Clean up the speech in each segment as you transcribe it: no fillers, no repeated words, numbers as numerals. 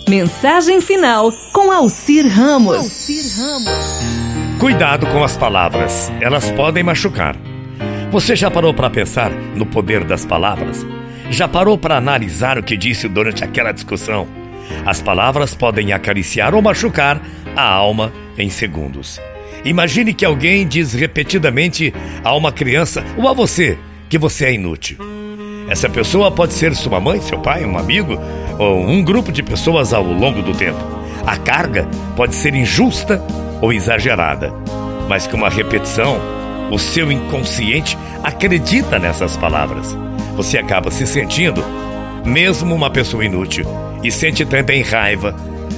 Mensagem final com Alcir Ramos. Cuidado com as palavras, elas podem machucar. Você já parou para pensar no poder das palavras? Já parou para analisar o que disse durante aquela discussão? As palavras podem acariciar ou machucar a alma em segundos. Imagine que alguém diz repetidamente a uma criança ou a você que você é inútil. Essa pessoa pode ser sua mãe, seu pai, um amigo ou um grupo de pessoas ao longo do tempo. A carga pode ser injusta ou exagerada, mas com uma repetição, o seu inconsciente acredita nessas palavras. Você acaba se sentindo mesmo uma pessoa inútil e sente também raiva,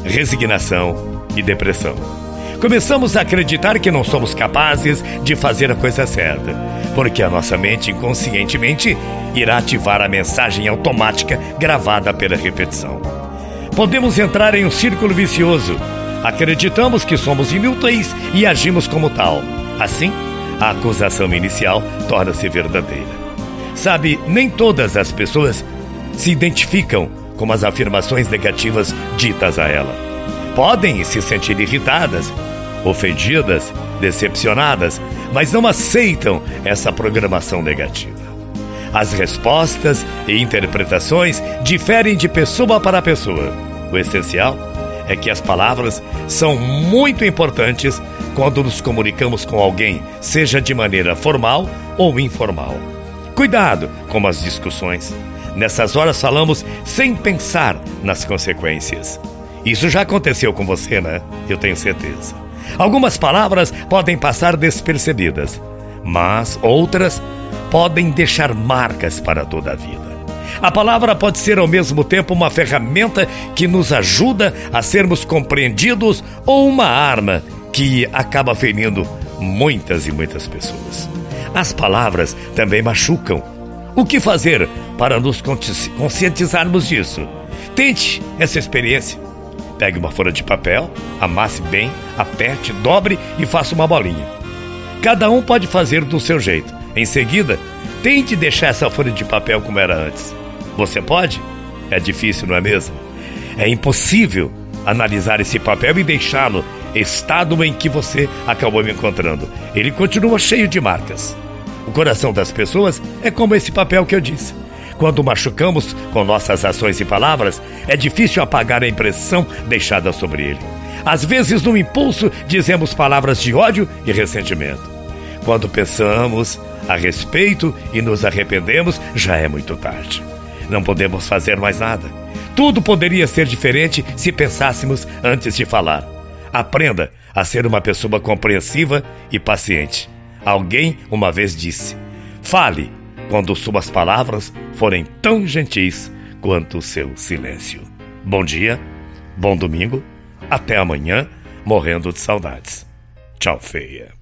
resignação e depressão. Começamos a acreditar que não somos capazes de fazer a coisa certa, porque a nossa mente inconscientemente irá ativar a mensagem automática gravada pela repetição. Podemos entrar em um círculo vicioso. Acreditamos que somos inúteis e agimos como tal. Assim, a acusação inicial torna-se verdadeira. Sabe, nem todas as pessoas se identificam com as afirmações negativas ditas a ela. Podem se sentir irritadas, ofendidas, decepcionadas, mas não aceitam essa programação negativa. As respostas e interpretações diferem de pessoa para pessoa. O essencial é que as palavras são muito importantes quando nos comunicamos com alguém, seja de maneira formal ou informal. Cuidado com as discussões. Nessas horas falamos sem pensar nas consequências. Isso já aconteceu com você, né? Eu tenho certeza. Algumas palavras podem passar despercebidas, mas outras podem deixar marcas para toda a vida. A palavra pode ser ao mesmo tempo uma ferramenta que nos ajuda a sermos compreendidos ou uma arma que acaba ferindo muitas e muitas pessoas. As palavras também machucam. O que fazer para nos conscientizarmos disso? Tente essa experiência. Pegue uma folha de papel, amasse bem, aperte, dobre e faça uma bolinha. Cada um pode fazer do seu jeito. Em seguida, tente deixar essa folha de papel como era antes. Você pode? É difícil, não é mesmo? É impossível analisar esse papel e deixá-lo estado em que você acabou me encontrando. Ele continua cheio de marcas. O coração das pessoas é como esse papel que eu disse. Quando machucamos com nossas ações e palavras, é difícil apagar a impressão deixada sobre ele. Às vezes, no impulso, dizemos palavras de ódio e ressentimento. Quando pensamos a respeito e nos arrependemos, já é muito tarde. Não podemos fazer mais nada. Tudo poderia ser diferente se pensássemos antes de falar. Aprenda a ser uma pessoa compreensiva e paciente. Alguém uma vez disse: fale quando suas palavras forem tão gentis quanto o seu silêncio. Bom dia, bom domingo, até amanhã, morrendo de saudades. Tchau, feia.